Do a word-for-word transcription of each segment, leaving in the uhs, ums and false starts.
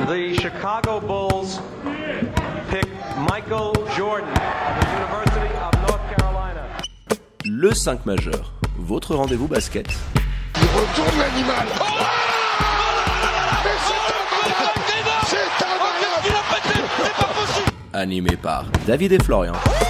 the Chicago Bulls pick Michael Jordan of the University of North Carolina. Le cinq majeur, votre rendez-vous basket. Il retourne l'animal. Oh Mais c'est incroyable. C'est incroyable. Il a pété, c'est pas possible. Animé par David et Florian.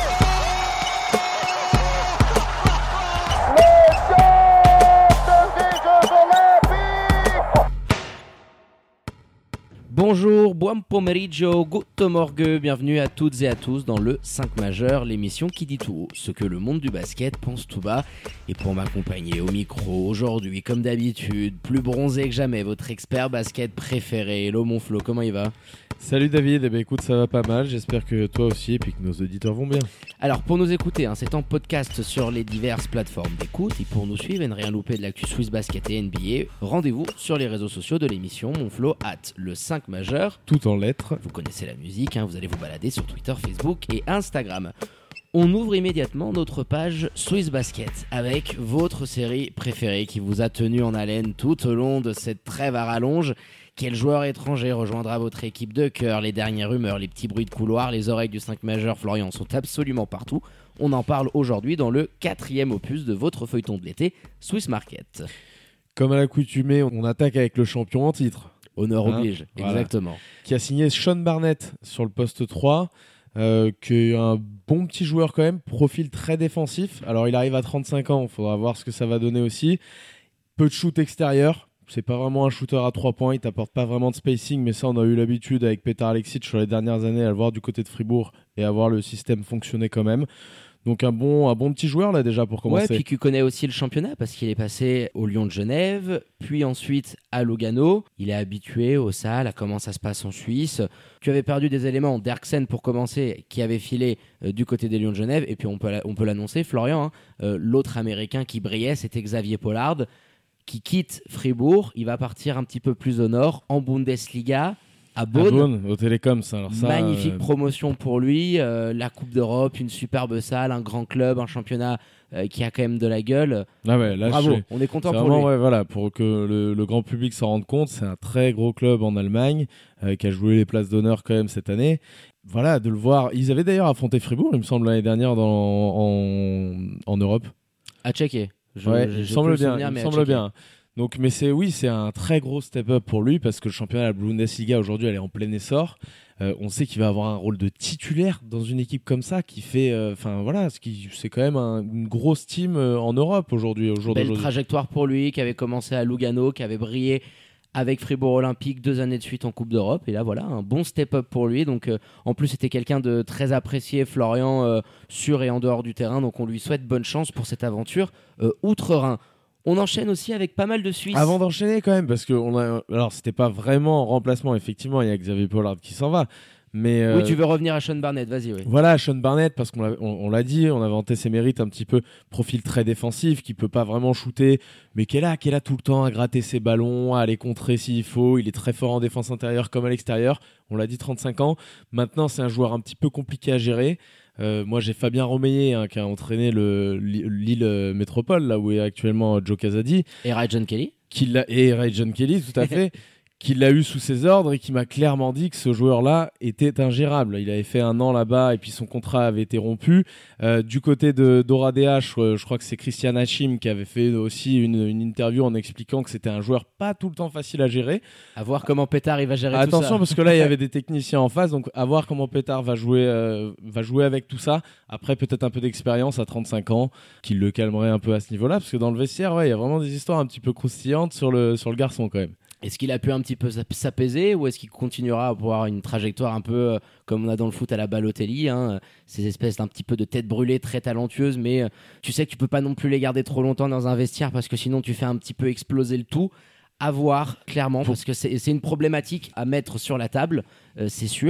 Bonjour, buon pomeriggio, guten morgue, bienvenue à toutes et à tous dans le cinq majeur, l'émission qui dit tout haut ce que le monde du basket pense tout bas. Et pour m'accompagner au micro aujourd'hui, comme d'habitude, plus bronzé que jamais, votre expert basket préféré. Hello mon Flo, comment il va ? Salut David, eh ben écoute, ça va pas mal, j'espère que toi aussi et puis que nos auditeurs vont bien. Alors pour nous écouter, hein, c'est en podcast sur les diverses plateformes d'écoute et pour nous suivre et ne rien louper de l'actu Swiss Basket et N B A, rendez-vous sur les réseaux sociaux de l'émission Monflo at le cinq majeur. Tout en lettres. Vous connaissez la musique, hein, vous allez vous balader sur Twitter, Facebook et Instagram. On ouvre immédiatement notre page Swiss Basket avec votre série préférée qui vous a tenu en haleine tout au long de cette trêve à rallonge. Quel joueur étranger rejoindra votre équipe de cœur ? Les dernières rumeurs, les petits bruits de couloir, les oreilles du cinq majeur Florian sont absolument partout. On en parle aujourd'hui dans le quatrième opus de votre feuilleton de l'été, Swiss Market. Comme à l'accoutumée, on attaque avec le champion en titre. Honneur Hein oblige, voilà. Exactement. Qui a signé Sean Barnett sur le poste trois, euh, qui est un bon petit joueur quand même, profil très défensif. Alors il arrive à trente-cinq ans, il faudra voir ce que ça va donner aussi. Peu de shoot extérieur. C'est pas vraiment un shooter à trois points, il t'apporte pas vraiment de spacing, mais ça on a eu l'habitude avec Petar Alexic sur les dernières années à le voir du côté de Fribourg et à voir le système fonctionner quand même. Donc un bon, un bon petit joueur là déjà pour commencer. Ouais, puis qui connaît aussi le championnat parce qu'il est passé au Lyon de Genève, puis ensuite à Lugano. Il est habitué au S A L, à comment ça se passe en Suisse. Tu avais perdu des éléments, Derksen pour commencer, qui avait filé euh, du côté des Lions de Genève, et puis on peut, on peut l'annoncer, Florian, hein, euh, l'autre Américain qui brillait, c'était Xavier Pollard, qui quitte Fribourg. Il va partir un petit peu plus au nord, en Bundesliga, à Bonn. À Bonn, au Télécom, ça. Alors ça Magnifique euh... promotion pour lui, euh, la Coupe d'Europe, une superbe salle, un grand club, un championnat euh, qui a quand même de la gueule. Ah ouais, là, Bravo, je... on est content c'est pour vraiment, lui. Ouais, voilà, pour que le, le grand public s'en rende compte, c'est un très gros club en Allemagne euh, qui a joué les places d'honneur quand même cette année. Voilà, de le voir. Ils avaient d'ailleurs affronté Fribourg, il me semble, l'année dernière dans, en, en Europe. À checker. Je, ouais, j'ai il semble plus le bien. souvenir, Il mais à semble checker. bien. Donc, mais c'est oui, c'est un très gros step-up pour lui parce que le championnat de la Bundesliga aujourd'hui, elle est en plein essor. Euh, on sait qu'il va avoir un rôle de titulaire dans une équipe comme ça qui fait, enfin euh, voilà, ce qui, c'est quand même un, une grosse team euh, en Europe aujourd'hui. Au jour Belle d'aujourd'hui. trajectoire pour lui, qui avait commencé à Lugano, qui avait brillé avec Fribourg Olympique deux années de suite en Coupe d'Europe. Et là, voilà, un bon step-up pour lui. Donc, euh, en plus, c'était quelqu'un de très apprécié, Florian, euh, sur et en dehors du terrain. Donc, on lui souhaite bonne chance pour cette aventure euh, outre-Rhin. On enchaîne aussi avec pas mal de Suisses. Avant d'enchaîner quand même, parce que on a, alors c'était pas vraiment en remplacement, effectivement, il y a Xavier Pollard qui s'en va. Mais euh, oui, tu veux revenir à Sean Barnett, vas-y. Oui. Voilà, Sean Barnett, parce qu'on l'a, on, on l'a dit, on a vanté ses mérites un petit peu, profil très défensif, qui peut pas vraiment shooter, mais qui est là, qui est là tout le temps à gratter ses ballons, à aller contrer s'il faut. Il est très fort en défense intérieure comme à l'extérieur. On l'a dit, trente-cinq ans. Maintenant, c'est un joueur un petit peu compliqué à gérer. Euh, moi, j'ai Fabien Romeyer hein, qui a entraîné le, Lille Métropole, là où est actuellement Joe Casady. Et Ryan Kelly. Qui l'a, et Ray John Kelly, tout à fait. Qui l'a eu sous ses ordres et qui m'a clairement dit que ce joueur-là était ingérable. Il avait fait un an là-bas et puis son contrat avait été rompu. Euh, du côté de Dora D H, euh, je crois que c'est Christian Hachim qui avait fait aussi une, une interview en expliquant que c'était un joueur pas tout le temps facile à gérer. À voir comment Pétard il va gérer Attention, tout ça. Attention parce que là il y avait des techniciens en face, donc à voir comment Pétard va jouer, euh, va jouer avec tout ça. Après peut-être un peu d'expérience à trente-cinq ans qui le calmerait un peu à ce niveau-là, parce que dans le vestiaire, ouais, il y a vraiment des histoires un petit peu croustillantes sur le, sur le garçon quand même. Est-ce qu'il a pu un petit peu s'apaiser ou est-ce qu'il continuera à avoir une trajectoire un peu euh, comme on a dans le foot à la Balotelli, hein, ces espèces d'un petit peu de tête brûlée très talentueuse, mais euh, tu sais que tu peux pas non plus les garder trop longtemps dans un vestiaire parce que sinon tu fais un petit peu exploser le tout. À voir clairement, parce que c'est, c'est une problématique à mettre sur la table, euh, c'est sûr.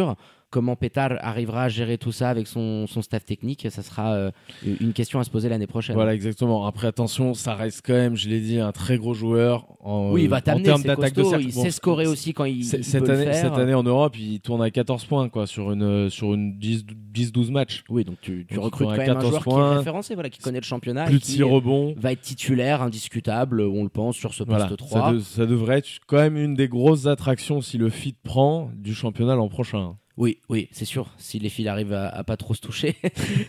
comment Pétard arrivera à gérer tout ça avec son, son staff technique, ça sera euh, une question à se poser l'année prochaine. Voilà, exactement. Après, attention, ça reste quand même, je l'ai dit, un très gros joueur en, oui, il va t'amener, en termes c'est d'attaque costaud, de cercle. il Bon, sait scorer aussi quand il, il cette peut année, le faire. Cette année en Europe, il tourne à quatorze points quoi, sur une, sur une dix douze matchs. Oui, donc tu, tu donc recrutes quand même un joueur points, qui est référencé, voilà, qui connaît le championnat. Plus et de qui six rebonds. Va être titulaire, indiscutable, on le pense, sur ce poste voilà, trois. Ça, de, ça devrait être quand même une des grosses attractions si le fit prend du championnat l'an prochain. Oui, oui, c'est sûr. Si les fils arrivent à, à pas trop se toucher,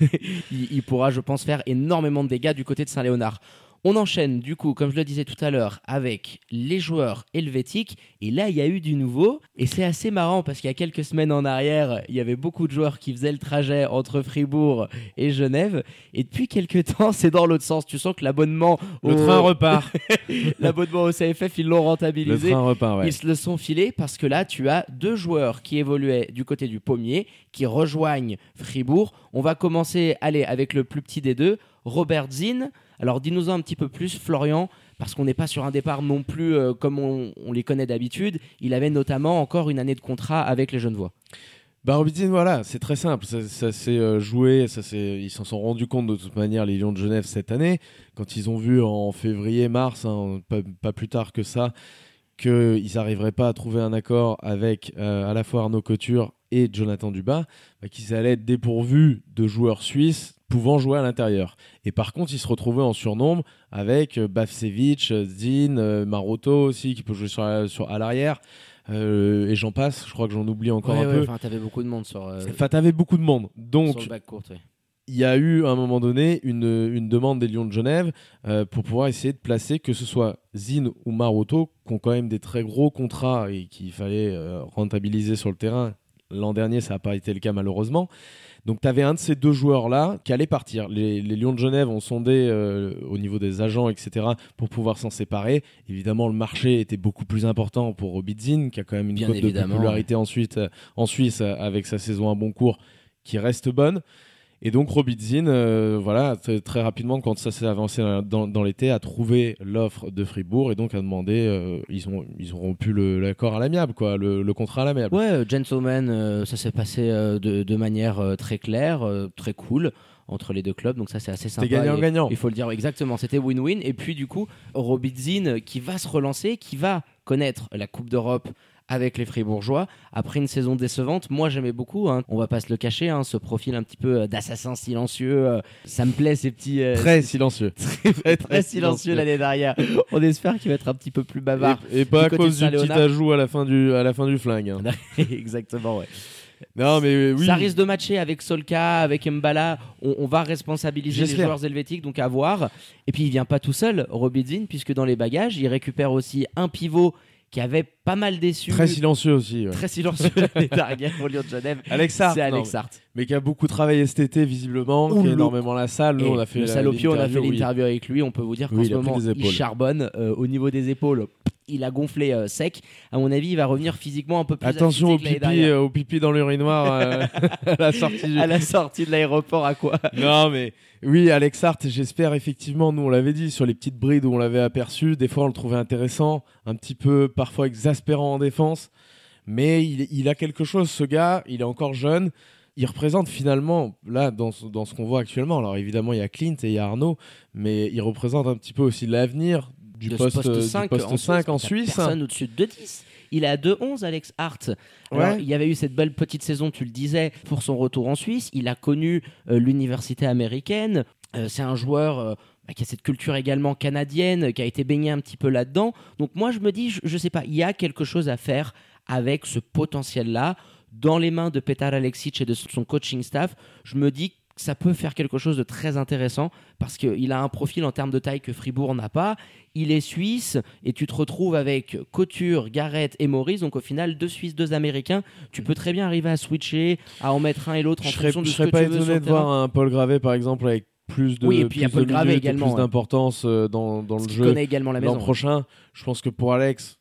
il, il pourra, je pense, faire énormément de dégâts du côté de Saint-Léonard. On enchaîne, du coup, comme je le disais tout à l'heure, avec les joueurs helvétiques. Et là, il y a eu du nouveau. Et c'est assez marrant parce qu'il y a quelques semaines en arrière, il y avait beaucoup de joueurs qui faisaient le trajet entre Fribourg et Genève. Et depuis quelques temps, c'est dans l'autre sens. Tu sens que l'abonnement Le au... train repart. l'abonnement au C F F, ils l'ont rentabilisé. Le train repart, ouais. Ils se le sont filés parce que là, tu as deux joueurs qui évoluaient du côté du pommier, qui rejoignent Fribourg. On va commencer, allez, avec le plus petit des deux, Robert Zinn. Alors dis-nous un petit peu plus, Florian, parce qu'on n'est pas sur un départ non plus euh, comme on, on les connaît d'habitude. Il avait notamment encore une année de contrat avec les Genevois. Bah Robert Zinn, voilà, c'est très simple. Ça, ça s'est euh, joué, ça s'est, ils s'en sont rendus compte de toute manière, les Lions de Genève, cette année, quand ils ont vu en février-mars, hein, pas, pas plus tard que ça, qu'ils n'arriveraient pas à trouver un accord avec euh, à la fois Arnaud Couture et Jonathan Dubas, bah, qu'ils allaient être dépourvus de joueurs suisses pouvant jouer à l'intérieur. Et par contre, ils se retrouvaient en surnombre avec euh, Bavcevic, Zinn, euh, Maroto aussi, qui peut jouer sur, sur, à l'arrière, euh, et j'en passe, je crois que j'en oublie encore ouais, un ouais, peu. Enfin, t'avais beaucoup de monde sur, euh, enfin, t'avais beaucoup de monde. Donc, sur le backcourt, ouais. Il y a eu à un moment donné une, une demande des Lions de Genève euh, pour pouvoir essayer de placer que ce soit Zinn ou Maroto, qui ont quand même des très gros contrats et qu'il fallait euh, rentabiliser sur le terrain. L'an dernier, ça n'a pas été le cas malheureusement. Donc tu avais un de ces deux joueurs-là qui allait partir. Les, les Lions de Genève ont sondé euh, au niveau des agents, et cetera, pour pouvoir s'en séparer. Évidemment, le marché était beaucoup plus important pour Robert Zinn, qui a quand même une Bien cote de popularité ouais. ensuite, euh, en Suisse avec sa saison à bon cours qui reste bonne. Et donc Robert Zinn, euh, voilà, t- très rapidement, quand ça s'est avancé dans, dans l'été, a trouvé l'offre de Fribourg et donc a demandé, euh, ils ont ils ont rompu le, l'accord à l'amiable, quoi, le, le contrat à l'amiable. Ouais, euh, gentleman, euh, ça s'est passé euh, de, de manière euh, très claire, euh, très cool entre les deux clubs, donc ça c'est assez sympa. C'était gagnant-gagnant. Il faut le dire exactement, c'était win-win. Et puis du coup, Robert Zinn qui va se relancer, qui va connaître la Coupe d'Europe avec les Fribourgeois, après une saison décevante. Moi j'aimais beaucoup, hein. On va pas se le cacher, hein, ce profil un petit peu d'assassin silencieux, euh, ça me plaît ces petits... Euh, très ces... silencieux. très, très, très silencieux l'année dernière. On espère qu'il va être un petit peu plus bavard. Et, et pas à côté cause du petit ajout à la fin du, à la fin du flingue. Hein. Exactement, ouais. Non, mais oui. Ça risque de matcher avec Solka, avec Mbala. On, on va responsabiliser J'espère. les joueurs helvétiques, donc à voir. Et puis il vient pas tout seul, Robert Zinn, puisque dans les bagages, il récupère aussi un pivot qui avait pas mal déçu. Très silencieux aussi. Ouais. Très silencieux l'année dernière au Lyon de Genève. Alex Hart. C'est Alex non, Hart. Mais qui a beaucoup travaillé cet été, visiblement, Ouh, qui est le... énormément la salle. Nous, Et on a fait le la, Salopio, on a fait oui. l'interview avec lui. On peut vous dire qu'en oui, ce il moment, il charbonne euh, au niveau des épaules. Il a gonflé euh, sec. À mon avis, il va revenir physiquement un peu plus attention au pipi, pipi, euh, au pipi dans l'urinoir euh, à la sortie du... à la sortie de l'aéroport à quoi. Non mais oui, Alex Hart, j'espère effectivement, nous on l'avait dit sur les petites brides où on l'avait aperçu, des fois on le trouvait intéressant, un petit peu parfois exaspérant en défense, mais il, il a quelque chose, ce gars, il est encore jeune. Il représente finalement, là, dans ce, dans ce qu'on voit actuellement, alors évidemment il y a Clint et il y a Arnaud, mais il représente un petit peu aussi l'avenir du de poste, poste cinq, du poste en cinq Suisse, en Suisse. Personne au-dessus de deux dix. Il est à deux onze, Alex Hart. Alors, Ouais. il y avait eu cette belle petite saison, tu le disais, pour son retour en Suisse. Il a connu euh, l'université américaine. Euh, c'est un joueur euh, bah, qui a cette culture également canadienne, qui a été baigné un petit peu là-dedans. Donc moi, je me dis, je, je sais pas, il y a quelque chose à faire avec ce potentiel-là. Dans les mains de Petar Aleksic et de son coaching staff, je me dis que ça peut faire quelque chose de très intéressant parce qu'il a un profil en termes de taille que Fribourg n'a pas. Il est suisse et tu te retrouves avec Couture, Garrett et Maurice. Donc au final, deux Suisses, deux Américains. Tu peux très bien arriver à switcher, à en mettre un et l'autre en Je serais, fonction de je ce serais que pas tu veux sur étonné le de terrain. voir un Paul Gravé par exemple avec plus de, Oui, et puis il y a plus de Paul Gravé minutes et également, plus ouais. d'importance euh, dans, dans le Qui jeu connaît également la l'an maison. prochain. Je pense que pour Alex,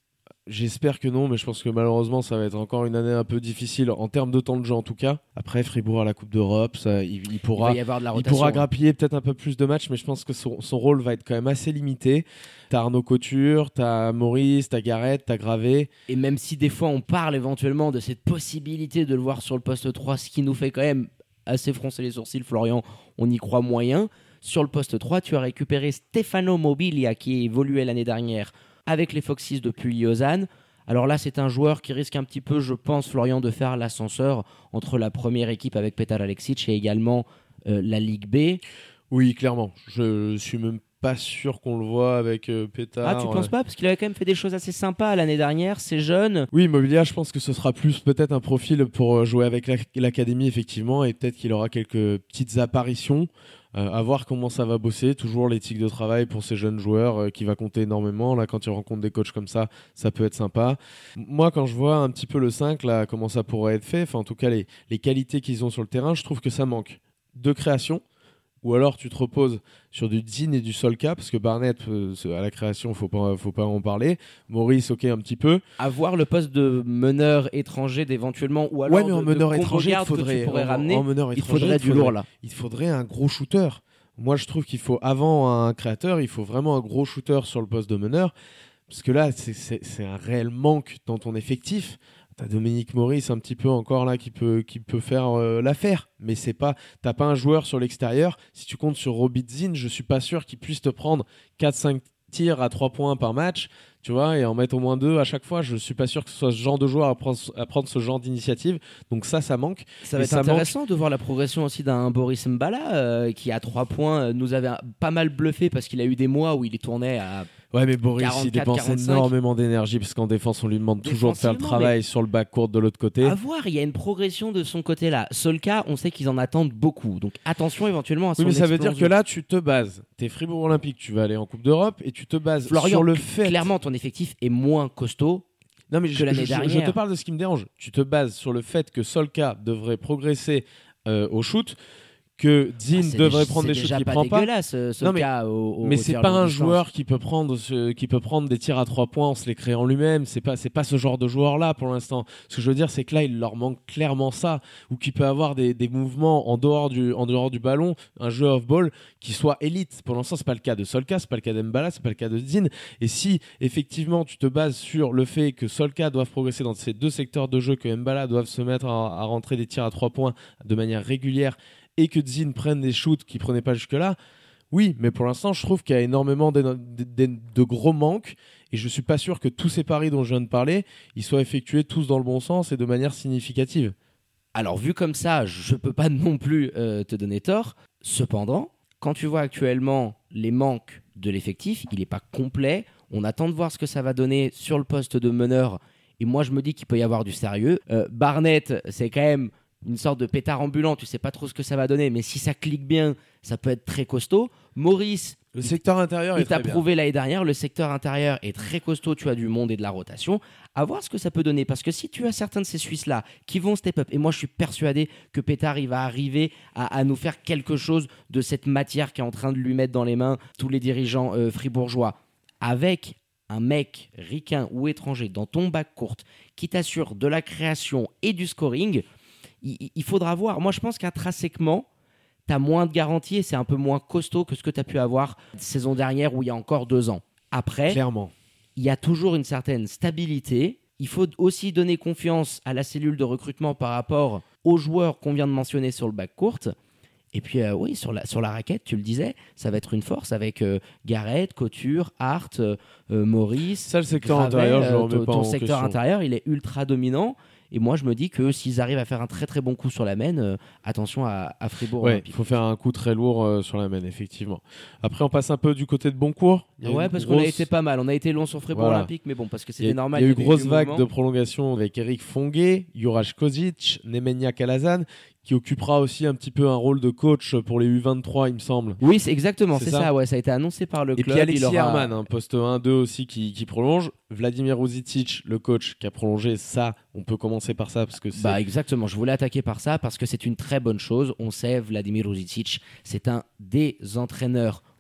J'espère que non, mais je pense que malheureusement, ça va être encore une année un peu difficile en termes de temps de jeu en tout cas. Après, Fribourg à la Coupe d'Europe, ça, il, il pourra, il va y avoir de la il rotation. pourra hein. grappiller peut-être un peu plus de matchs, mais je pense que son, son rôle va être quand même assez limité. T'as Arnaud Couture, t'as Maurice, t'as Garrett, t'as Gravé. Et même si des fois on parle éventuellement de cette possibilité de le voir sur le poste trois, ce qui nous fait quand même assez froncer les sourcils, Florian, on y croit moyen. Sur le poste trois, tu as récupéré Stefano Mobilia qui évoluait l'année dernière avec les Foxes depuis Lausanne. Alors là, c'est un joueur qui risque un petit peu, je pense, Florian, de faire l'ascenseur entre la première équipe avec Petar Aleksic et également euh, la Ligue B. Oui, clairement. Je suis même pas sûr qu'on le voit avec euh, Pétard. Ah, tu penses pas? Parce qu'il avait quand même fait des choses assez sympas l'année dernière, c'est jeune. Oui, Mobilia, je pense que ce sera plus peut-être un profil pour jouer avec la- l'académie, effectivement, et peut-être qu'il aura quelques petites apparitions. Euh, à voir comment ça va bosser. Toujours l'éthique de travail pour ces jeunes joueurs euh, qui va compter énormément. Là, quand ils rencontrent des coachs comme ça, ça peut être sympa. Moi, quand je vois un petit peu le cinq, là, comment ça pourrait être fait, enfin, en tout cas, les, les qualités qu'ils ont sur le terrain, je trouve que ça manque de création. Ou alors tu te reposes sur du Zin et du Solka, parce que Barnett, euh, à la création, faut pas, faut pas en parler. Maurice, ok, un petit peu. Avoir le poste de meneur étranger d'éventuellement, ou alors Ouais, mais en de, meneur de étranger, il combo-garde que faudrait, tu pourrais en- ramener, en meneur il étranger, faudrait il du faudrait- lourd là. Il faudrait un gros shooter. Moi, je trouve qu'il faut, avant un créateur, il faut vraiment un gros shooter sur le poste de meneur. Parce que là, c'est, c'est, c'est un réel manque dans ton effectif. T'as Dominique Maurice un petit peu encore là qui peut, qui peut faire euh, l'affaire. Mais c'est pas, t'as pas un joueur sur l'extérieur. Si tu comptes sur Robitzin, je suis pas sûr qu'il puisse te prendre quatre cinq tirs à trois points par match, tu vois, et en mettre au moins deux à chaque fois. Je suis pas sûr que ce soit ce genre de joueur à prendre, à prendre ce genre d'initiative. Donc ça, ça manque. Ça Et va être ça intéressant de voir la progression aussi d'un Boris Mbala euh, qui à trois points euh, nous avait un- pas mal bluffé parce qu'il a eu des mois où il tournait à Ouais, mais Boris, il quarante-quatre, dépense quarante-cinq. énormément d'énergie parce qu'en défense, on lui demande toujours de faire le Défensivement, travail sur le backcourt de l'autre côté. à voir. Il y a une progression de son côté-là. Solka, on sait qu'ils en attendent beaucoup. Donc attention éventuellement à son Oui, mais ça veut dire explosion. que là, tu te bases. T'es Fribourg Olympique, tu vas aller en Coupe d'Europe et tu te bases Florian, sur le cl- fait. clairement, ton effectif est moins costaud. Non, mais que je, l'année je- je dernière. te parle de ce qui me dérange. Tu te bases sur le fait que Solka devrait progresser euh, au shoot, que Zin Ah, c'est devrait déjà- prendre c'est des shoots déjà qu'il pas prend pas. dégueulasse, euh, Non, mais- Solka, au, au- Mais au c'est tir pas longue un distance. joueur qui peut prendre ce- qui peut prendre des tirs à trois points en se les créant lui-même. C'est pas c'est pas ce genre de joueur là pour l'instant. Ce que je veux dire, c'est que là, il leur manque clairement ça, ou qui peut avoir des, des mouvements en dehors du en dehors du ballon, un jeu off ball qui soit élite. Pour l'instant, c'est pas le cas de Solka, c'est pas le cas d'Mbala, c'est pas le cas de Zin. Et si effectivement tu te bases sur le fait que Solka doive progresser dans ces deux secteurs de jeu, que Mbala doivent se mettre à, à rentrer des tirs à trois points de manière régulière, et que Zin prenne des shoots qu'il prenait pas jusque-là, oui, mais pour l'instant, je trouve qu'il y a énormément de, de- de- de gros manques, et je suis pas sûr que tous ces paris dont je viens de parler, ils soient effectués tous dans le bon sens et de manière significative. Alors, vu comme ça, je peux pas non plus euh, te donner tort. Cependant, quand tu vois actuellement les manques de l'effectif, il n'est pas complet. On attend de voir ce que ça va donner sur le poste de meneur. Et moi, je me dis qu'il peut y avoir du sérieux. Euh, Barnett, c'est quand même une sorte de pétard ambulant. Tu sais pas trop ce que ça va donner, mais si ça clique bien, ça peut être très costaud. Maurice, Le secteur intérieur est il t'a très bien. prouvé l'année dernière, le secteur intérieur est très costaud, tu as du monde et de la rotation. À voir ce que ça peut donner, parce que si tu as certains de ces Suisses-là qui vont step up, et moi je suis persuadé que Pétard il va arriver à, à nous faire quelque chose de cette matière qui est en train de lui mettre dans les mains tous les dirigeants euh, fribourgeois, avec un mec ricain ou étranger dans ton bac courte qui t'assure de la création et du scoring, il, il faudra voir. Moi je pense qu'intrinsèquement, tu as moins de garanties et c'est un peu moins costaud que ce que tu as pu avoir la saison dernière où il y a encore deux ans. Après, Clairement. il y a toujours une certaine stabilité. Il faut aussi donner confiance à la cellule de recrutement par rapport aux joueurs qu'on vient de mentionner sur le bac courte. Et puis, euh, oui, sur la, sur la raquette, tu le disais, ça va être une force avec euh, Garrett, Couture, Hart, euh, euh, Maurice. Ça, le secteur Gravel, intérieur, je le euh, remets ton- pas ton en secteur question. intérieur, il est ultra dominant. Et moi, je me dis que s'ils arrivent à faire un très très bon coup sur la main, euh, attention à, à Fribourg. Ouais, il Olympique. faut faire un coup très lourd euh, sur la main, effectivement. Après, on passe un peu du côté de Boncourt. Il y a Ouais, une parce qu'on a grosse- été pas mal. On a été long sur Fribourg Voilà. Olympique, mais bon, parce que Il y c'était a, normal. il y a eu avait grosse du vague mouvement. de prolongation avec Eric Fonguet, Juraj Kozic, Nemanja Kalazan, qui occupera aussi un petit peu un rôle de coach pour les U vingt-trois, il me semble. Oui, c'est exactement, C'est c'est ça. ça. Ouais, ça a été annoncé par le Et club. puis Alexis il aura... Herman, hein, poste un deux aussi, qui, qui prolonge. Vladimir Uzic, le coach, qui a prolongé. Ça, on peut commencer par ça, parce que c'est... Bah exactement, je voulais attaquer par ça parce que c'est une très bonne chose. On sait, Vladimir Uzic, c'est un des entraîneurs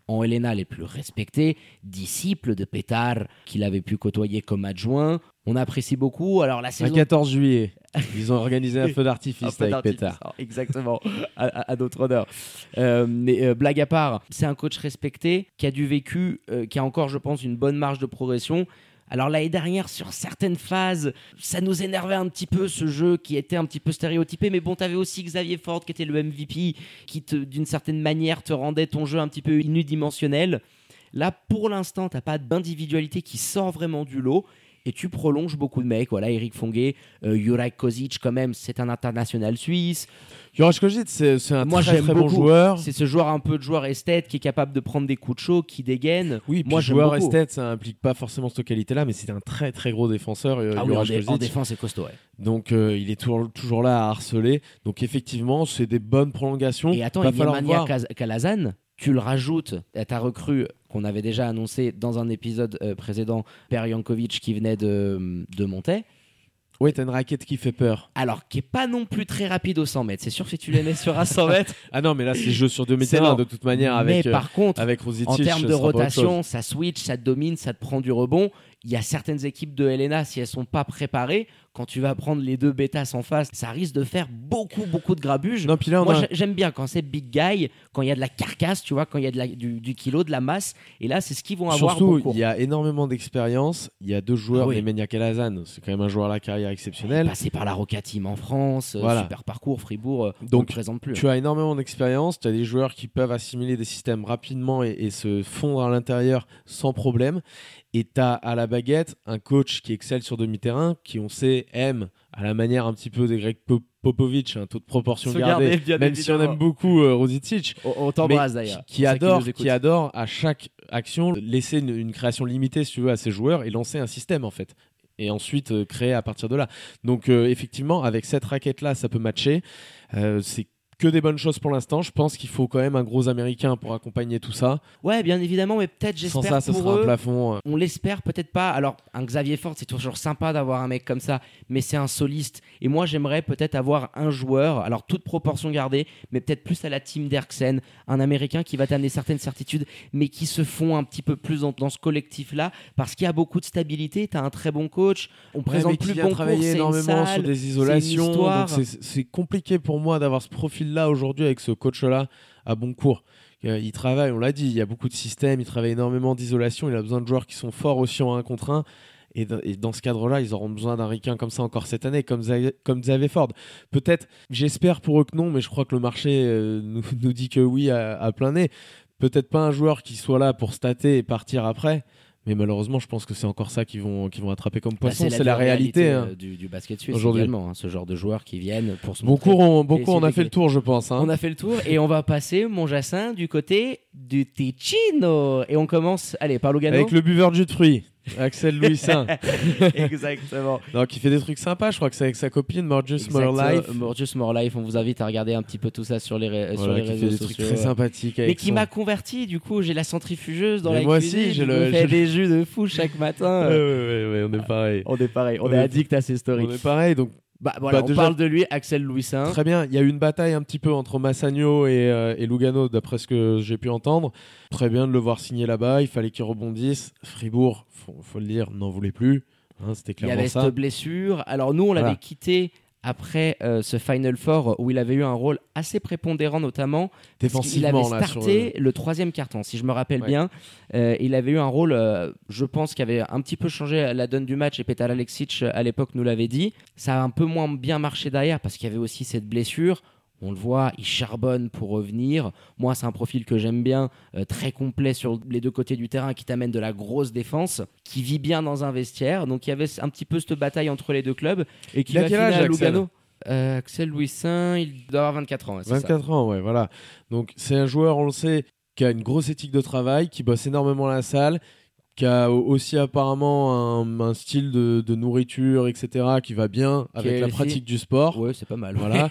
en Helena les plus respectés, disciple de Pétard, qu'il avait pu côtoyer comme adjoint. On apprécie beaucoup. Alors la saison... Le quatorze juillet, ils ont organisé un feu Un d'artifice peu avec d'artifice, Pétard. exactement, à, à, à notre honneur. Euh, mais euh, blague à part, c'est un coach respecté qui a du vécu, euh, qui a encore, je pense, une bonne marge de progression. Alors l'année dernière, sur certaines phases, ça nous énervait un petit peu ce jeu qui était un petit peu stéréotypé. Mais bon, t'avais aussi Xavier Ford qui était le M V P, qui te, d'une certaine manière te rendait ton jeu un petit peu unidimensionnel. Là, pour l'instant, t'as pas d'individualité qui sort vraiment du lot. Et tu prolonges beaucoup de mecs, voilà, Eric Fonguet, euh, Juraj Kozic quand même, c'est un international suisse. Juraj Kozic, c'est, c'est un Moi, très j'aime très bon beaucoup. joueur. C'est ce joueur un peu de joueur esthète qui est capable de prendre des coups de chaud, qui dégaine. Oui, puis moi j'aime joueur beaucoup. esthète, ça implique pas forcément cette qualité-là, mais c'est un très très gros défenseur. euh, Ah oui, en, Juraj dé- Kozic. en défense, c'est costaud. Ouais. Donc euh, il est toujours, toujours là à harceler. Donc effectivement, c'est des bonnes prolongations. Et attends, Va il y a falloir Mania voir. Kaz- Kalazan, tu le rajoutes à ta recrue qu'on avait déjà annoncé dans un épisode euh, précédent, Per Jankovic qui venait de, de monter. Oui, t'as une raquette qui fait peur. Alors, qui est pas non plus très rapide au cent mètres. C'est sûr que si tu les mets sur un cent mètres. Ah non, mais là c'est jeu sur deux C'est mètres lent. de toute manière avec Mais euh, par contre, avec Rositic. en termes ce de sera pas autre rotation, chose. ça switch, ça te domine, ça te prend du rebond. Il y a certaines équipes de Helena, si elles sont pas préparées, quand tu vas prendre les deux bêtas en face, ça risque de faire beaucoup, beaucoup de grabuge. Non, puis là on Moi, a... j'ai- j'aime bien quand c'est big guy, quand il y a de la carcasse, tu vois, quand il y a de la- du, du kilo, de la masse. Et là, c'est ce qu'ils vont avoir Surtout, beaucoup. il y a énormément d'expérience. Il y a deux joueurs, Ah oui. Nemanja Kalazan, c'est quand même un joueur à la carrière exceptionnelle. Passé par la Roca Team en France, euh, Voilà. super parcours, Fribourg, euh, on Donc, le présente plus. Tu as énormément d'expérience, tu as des joueurs qui peuvent assimiler des systèmes rapidement et, et se fondre à l'intérieur sans problème. Et tu as à la baguette un coach qui excelle sur demi-terrain, qui on sait aime, à la manière un petit peu de Greg Pop- Popovich, un taux de proportion Se gardé, garder, bien même si on évidemment. aime beaucoup euh, Rositic. On, on t'embrasse mais d'ailleurs. Qui, qui C'est ça qui adore, nous écoute. qui adore à chaque action laisser une, une création limitée, si tu veux, à ses joueurs et lancer un système en fait. Et ensuite euh, créer à partir de là. Donc euh, effectivement, avec cette raquette-là, ça peut matcher. Euh, c'est que des bonnes choses pour l'instant. Je pense qu'il faut quand même un gros Américain pour accompagner tout ça. Ouais, bien évidemment, mais peut-être, Sans j'espère ça, ce pour sera eux. un plafond. euh, On l'espère peut-être pas. Alors, un Xavier Ford, c'est toujours sympa d'avoir un mec comme ça, mais c'est un soliste. Et moi, j'aimerais peut-être avoir un joueur, alors toute proportion gardée, mais peut-être plus à la team d'Erksen, un Américain qui va t'amener certaines certitudes, mais qui se font un petit peu plus dans, dans ce collectif-là, parce qu'il y a beaucoup de stabilité. Tu as un très bon coach. On Ouais, présente mais qui plus vient bon travailler cours, c'est une énormément salle, sur des c'est une isolations. histoire. Donc c'est, c'est compliqué pour moi d'avoir ce profil-là aujourd'hui avec ce coach-là à bon cours. Euh, Il travaille, on l'a dit, il y a beaucoup de systèmes, il travaille énormément d'isolation, il a besoin de joueurs qui sont forts aussi en un contre un. Et, d- et dans ce cadre-là, ils auront besoin d'un ricain comme ça encore cette année, comme, Xavier- comme Xavier Ford. Peut-être, j'espère pour eux que non, mais je crois que le marché euh, nous, nous dit que oui à, à plein nez. Peut-être pas un joueur qui soit là pour stater et partir après. Mais malheureusement, je pense que c'est encore ça qu'ils vont, qu'ils vont attraper comme Bah, poisson. c'est dure la réalité. hein. euh, du, du basket suisse Aujourd'hui. également, hein, ce genre de joueurs qui viennent pour se Beaucoup, montrer. on, beaucoup essayer on a de fait le tour, je pense. hein. On a fait le tour et on va passer, mon Jacin, du côté du Ticino. Et on commence, allez, par Lugano. Avec le buveur de jus de fruits, Axel Louisin. Exactement. Donc, il fait des trucs sympas. Je crois que c'est avec sa copine, Morgus Exactement. More Life. Morgus More Life, on vous invite à regarder un petit peu tout ça sur les, ré- sur Voilà, les qui réseaux fait des sociaux. trucs très sympathiques. Mais avec qui son- m'a converti, du coup, j'ai la centrifugeuse dans Mais la moi cuisine. aussi, j'ai je le- me fais j'ai- des jus de fou chaque matin. Ouais, ouais, ouais, ouais, on est pareil. On est pareil, on, On est est- addict à ces stories. On est pareil. Donc, Bah voilà, Bah, on déjà- parle de lui, Axel Louisin. très bien. Il y a eu une bataille un petit peu entre Massagno et, euh, et Lugano, d'après ce que j'ai pu entendre. Très bien de le voir signer là-bas. Il fallait qu'il rebondisse. Fribourg, faut, faut le dire, n'en voulait plus. Hein, c'était Il y clairement avait ça. cette blessure. Alors nous, on l'avait Voilà. quitté après euh, ce Final Four où il avait eu un rôle assez prépondérant, notamment parce qu'il avait Défensivement, là, sur starté le troisième carton, si je me rappelle Ouais. bien. Euh, il avait eu un rôle, euh, je pense, qui avait un petit peu changé la donne du match, et Petar Aleksic, à l'époque, nous l'avait dit. Ça a un peu moins bien marché derrière parce qu'il y avait aussi cette blessure. On le voit, il charbonne pour revenir. Moi, c'est un profil que j'aime bien, euh, très complet sur les deux côtés du terrain, qui t'amène de la grosse défense, qui vit bien dans un vestiaire. Donc il y avait un petit peu cette bataille entre les deux clubs. Et qui Il a va quel finir âge, à Axel Lugano. Euh, Axel Louisin, il doit avoir vingt-quatre ans. Ouais, c'est ça. vingt-quatre ans, ouais, voilà. Donc c'est un joueur, on le sait, qui a une grosse éthique de travail, qui bosse énormément à la salle, qui a aussi apparemment un, un style de, de nourriture, et cetera, qui va bien Qui avec est la aussi- pratique du sport. Ouais, c'est pas mal. Voilà.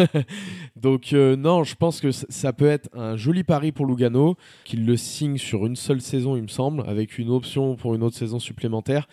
Donc euh, non, je pense que c- ça peut être un joli pari pour Lugano, qu'il le signe sur une seule saison, il me semble, avec une option pour une autre saison supplémentaire.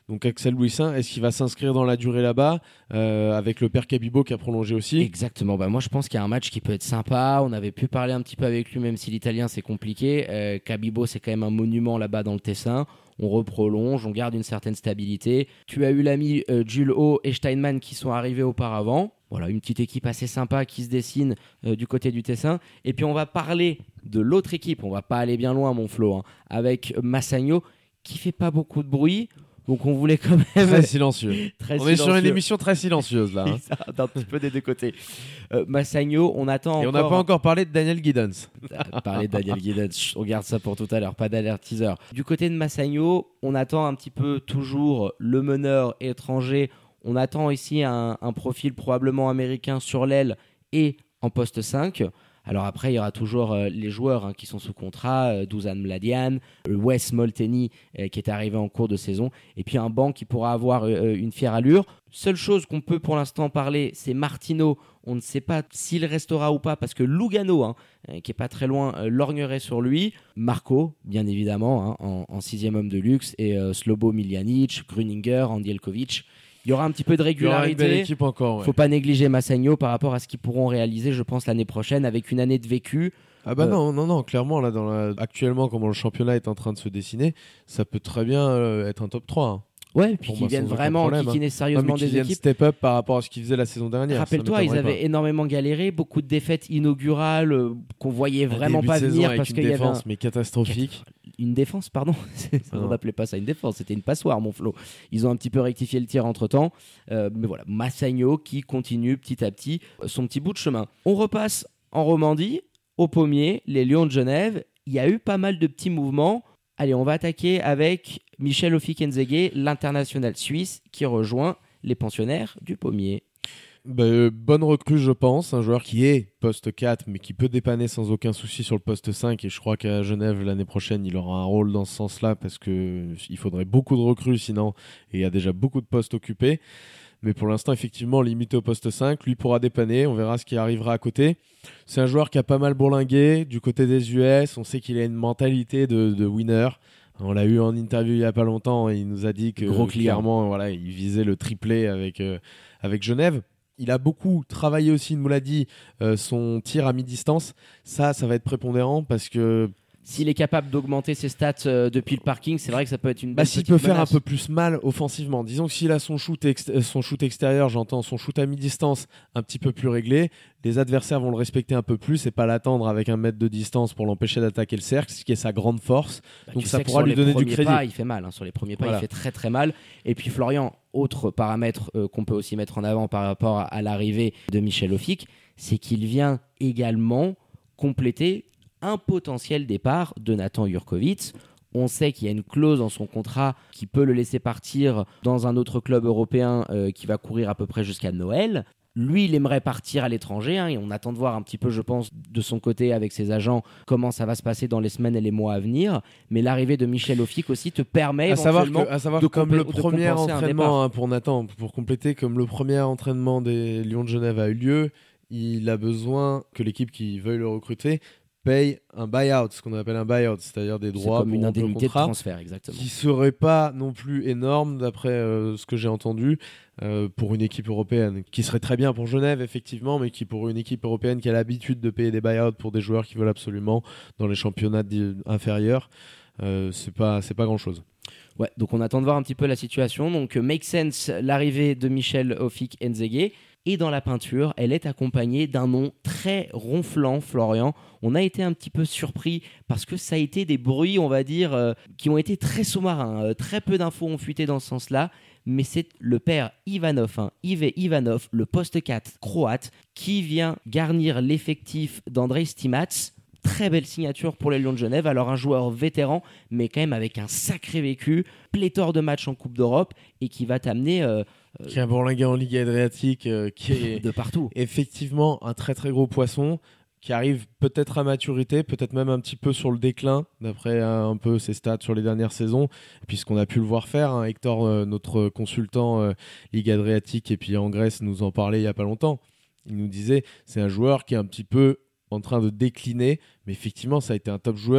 Donc Axel Louisin, est-ce qu'il va s'inscrire dans la durée là-bas euh, avec le père Kabibo qui a prolongé aussi? Exactement, bah, moi je pense qu'il y a un match qui peut être sympa, on avait pu parler un petit peu avec lui même si l'italien c'est compliqué. euh, Kabibo c'est quand même un monument là-bas dans le Tessin. On reprolonge, on garde une certaine stabilité. Tu as eu l'ami euh, Jules Ho et Steinman qui sont arrivés auparavant. Voilà, une petite équipe assez sympa qui se dessine euh, du côté du Tessin. Et puis on va parler de l'autre équipe, on va pas aller bien loin mon Flo, hein, avec Massagno qui fait pas beaucoup de bruit. Donc on voulait quand même... Très silencieux. Très on silencieux. est sur une émission très silencieuse là. Hein. Ça, d'un petit peu des deux côtés. Euh, Massagno, on attend Et encore... on n'a pas encore parlé de Daniel Giddens. Parler de Daniel Giddens, chut, on garde ça pour tout à l'heure, pas d'alerte teaser. Du côté de Massagno, on attend un petit peu toujours le meneur étranger. On attend ici un, un profil probablement américain sur l'aile et en poste cinq. Alors après, il y aura toujours euh, les joueurs hein, qui sont sous contrat, euh, Dusan Mladian, euh, Wes Molteni euh, qui est arrivé en cours de saison, et puis un banc qui pourra avoir euh, une fière allure. Seule chose qu'on peut pour l'instant parler, c'est Martino. On ne sait pas s'il restera ou pas parce que Lugano, hein, euh, qui est pas très loin, euh, lorgnerait sur lui. Marco, bien évidemment, hein, en, en sixième homme de luxe, et euh, Slobo Miljanic, Gruninger, Andielkovic. Il y aura un petit peu de régularité. Il y aura une belle équipe encore. Ouais. Faut pas négliger Massagno par rapport à ce qu'ils pourront réaliser, je pense, l'année prochaine avec une année de vécu. Ah bah euh... non, non, non, clairement, là, dans la... actuellement, comment le championnat est en train de se dessiner, ça peut très bien euh, être un top trois. Hein. Ouais, et puis Pour qu'ils moi, viennent sans aucun vraiment problème, enquiquiner hein. sérieusement Non, mais qu'ils des viennent équipes. step up par rapport à ce qu'ils faisaient la saison dernière. Rappelle-toi, ils avaient pas. énormément galéré, beaucoup de défaites inaugurales euh, qu'on voyait Un vraiment début pas de saison venir avec parce une qu'il y avait défense un... mais catastrophique. Une défense, pardon. On Non. n'appelait pas ça une défense, c'était une passoire, mon Flo. Ils ont un petit peu rectifié le tir entre-temps. Euh, mais voilà, Massagno qui continue petit à petit son petit bout de chemin. On repasse en Romandie, au Pommier, les Lions de Genève. Il y a eu pas mal de petits mouvements. Allez, on va attaquer avec Michel Ofik-Nzege, l'international suisse, qui rejoint les pensionnaires du Pommier. Bah, euh, bonne recrue, je pense. Un joueur qui est poste quatre, mais qui peut dépanner sans aucun souci sur le poste cinq. Et je crois qu'à Genève, l'année prochaine, il aura un rôle dans ce sens-là parce qu'il faudrait beaucoup de recrues sinon. Et il y a déjà beaucoup de postes occupés. Mais pour l'instant, effectivement, limité au poste cinq. Lui pourra dépanner. On verra ce qui arrivera à côté. C'est un joueur qui a pas mal bourlingué du côté des U S. On sait qu'il a une mentalité de, de winner. On l'a eu en interview il n'y a pas longtemps. Et il nous a dit que Gros client. clairement, voilà, il visait le triplé avec, euh, avec Genève. Il a beaucoup travaillé aussi, il nous l'a dit, euh, son tir à mi-distance. Ça, ça va être prépondérant parce que... S'il est capable d'augmenter ses stats euh, depuis le parking, c'est vrai que ça peut être une Bah, belle s'il petite peut faire menace. un peu plus mal offensivement, disons que s'il a son shoot, ex- euh, son shoot extérieur, j'entends son shoot à mi-distance un petit peu plus réglé, les adversaires vont le respecter un peu plus et pas l'attendre avec un mètre de distance pour l'empêcher d'attaquer le cercle, ce qui est sa grande force. Bah, Donc tu ça sais que pourra sur lui les donner du premiers crédit. pas, il fait mal. Hein. Sur les premiers pas, Voilà. il fait très très mal. Et puis Florian, autre paramètre euh, qu'on peut aussi mettre en avant par rapport à, à l'arrivée de Michel Ofik, c'est qu'il vient également compléter un potentiel départ de Nathan Jurkovic. On sait qu'il y a une clause dans son contrat qui peut le laisser partir dans un autre club européen euh, qui va courir à peu près jusqu'à Noël. Lui, il aimerait partir à l'étranger hein, et on attend de voir un petit peu, je pense, de son côté avec ses agents, comment ça va se passer dans les semaines et les mois à venir. Mais l'arrivée de Michel Ofik aussi te permet À savoir éventuellement que, à savoir de que comme complé- le de premier compenser un entraînement départ. hein, pour Nathan, pour compléter, comme le premier entraînement des Lions de Genève a eu lieu, il a besoin que l'équipe qui veuille le recruter paye un buy-out, ce qu'on appelle un buy-out, c'est-à-dire des C'est droits comme pour une rompre le indemnité de contrat, transfert, exactement. qui serait pas non plus énorme d'après euh, ce que j'ai entendu euh, pour une équipe européenne, qui serait très bien pour Genève effectivement, mais qui pour une équipe européenne qui a l'habitude de payer des buy-out pour des joueurs qui veulent absolument dans les championnats di- inférieurs, euh, c'est pas c'est pas grand-chose. Ouais, donc on attend de voir un petit peu la situation. Donc euh, make sense l'arrivée de Michel Ofik-Nzege. Et dans la peinture, elle est accompagnée d'un nom très ronflant, Florian. On a été un petit peu surpris parce que ça a été des bruits, on va dire, euh, qui ont été très sous-marins. Euh, très peu d'infos ont fuité dans ce sens-là. Mais c'est le père Ivanov, hein, Ive Ivanov, le poste quatre croate, qui vient garnir l'effectif d'Andrei Stimac. Très belle signature pour les Lions de Genève. Alors un joueur vétéran, mais quand même avec un sacré vécu, pléthore de matchs en Coupe d'Europe et qui va t'amener euh, Qui est un bourlingué en Ligue Adriatique, euh, qui est de partout. effectivement un très très gros poisson, qui arrive peut-être à maturité, peut-être même un petit peu sur le déclin, d'après un peu ses stats sur les dernières saisons, puisqu'on a pu le voir faire. Hein. Hector, euh, notre consultant euh, Ligue Adriatique et puis en Grèce, nous en parlait il n'y a pas longtemps. Il nous disait c'est un joueur qui est un petit peu en train de décliner, mais effectivement ça a été un top joueur.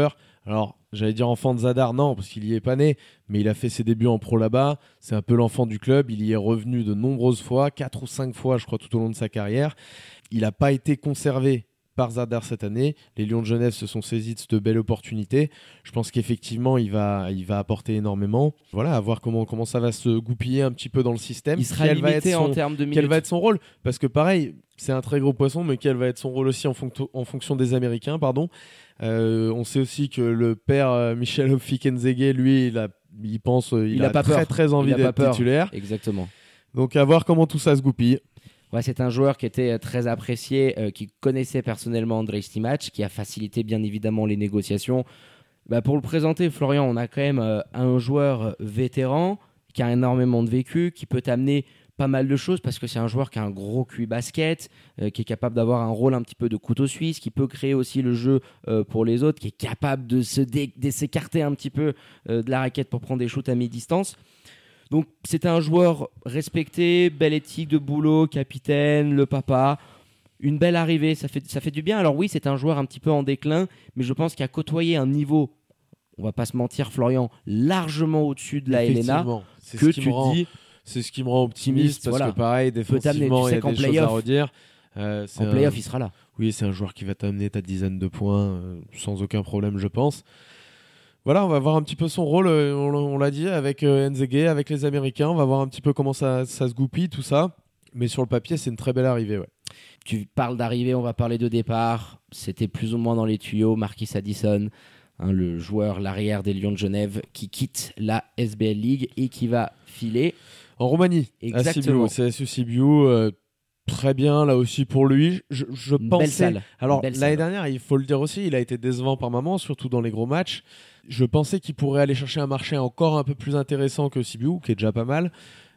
Alors, j'allais dire enfant de Zadar, non, parce qu'il y est pas né, mais il a fait ses débuts en pro là-bas. C'est un peu l'enfant du club. Il y est revenu de nombreuses fois, quatre ou cinq fois, je crois, tout au long de sa carrière. Il n'a pas été conservé par Zadar cette année. Les Lions de Genève se sont saisis de cette belle opportunité. Je pense qu'effectivement, il va, il va apporter énormément. Voilà, à voir comment, comment ça va se goupiller un petit peu dans le système. Il sera quel va limité être son, en termes de minutes. Quel va être son rôle ? Parce que pareil, c'est un très gros poisson, mais quel va être son rôle aussi en, fonc- en fonction des Américains, pardon. Euh, on sait aussi que le père euh, Michel Ofikenzege, lui, il, a, il pense, euh, il, Il a, a pas très peur. très envie Il a pas d'être peur. titulaire. Exactement. Donc à voir comment tout ça se goupille. Ouais, c'est un joueur qui était euh, très apprécié, euh, qui connaissait personnellement Andrei Stimac, qui a facilité bien évidemment les négociations. Bah, pour le présenter, Florian, on a quand même euh, un joueur vétéran qui a énormément de vécu, qui peut t'amener pas mal de choses parce que c'est un joueur qui a un gros Q I basket, euh, qui est capable d'avoir un rôle un petit peu de couteau suisse, qui peut créer aussi le jeu euh, pour les autres, qui est capable de, se dé- de s'écarter un petit peu euh, de la raquette pour prendre des shoots à mi-distance. Donc c'était un joueur respecté, belle éthique de boulot, capitaine, le papa, une belle arrivée, ça fait, ça fait du bien. Alors oui, c'est un joueur un petit peu en déclin, mais je pense qu'il a côtoyé un niveau, on va pas se mentir Florian, largement au-dessus de la L N A, Effectivement, c'est que ce qui tu me rend, dis, c'est ce qui me rend optimiste parce voilà. que pareil, défensivement, tu sais il y a qu'en des choses à play-off- redire. Euh, c'est en un- play-off il sera là. Oui, c'est un joueur qui va t'amener ta dizaine de points euh, sans aucun problème, je pense. Voilà, on va voir un petit peu son rôle, euh, on, on l'a dit, avec euh, Nzege, avec les Américains. On va voir un petit peu comment ça, ça se goupille, tout ça. Mais sur le papier, c'est une très belle arrivée. Ouais. Tu parles d'arrivée, on va parler de départ. C'était plus ou moins dans les tuyaux. Marquis Addison, hein, le joueur, l'arrière des Lions de Genève, qui quitte la S B L League et qui va filer. En Roumanie, Exactement. à Sibiu, c'est S U Sibiu. Euh, très bien, là aussi pour lui. Je, je Une pensais... belle salle. Alors, Une belle l'année salle. dernière, il faut le dire aussi, il a été décevant par moments, surtout dans les gros matchs. Je pensais qu'il pourrait aller chercher un marché encore un peu plus intéressant que Sibiu, qui est déjà pas mal.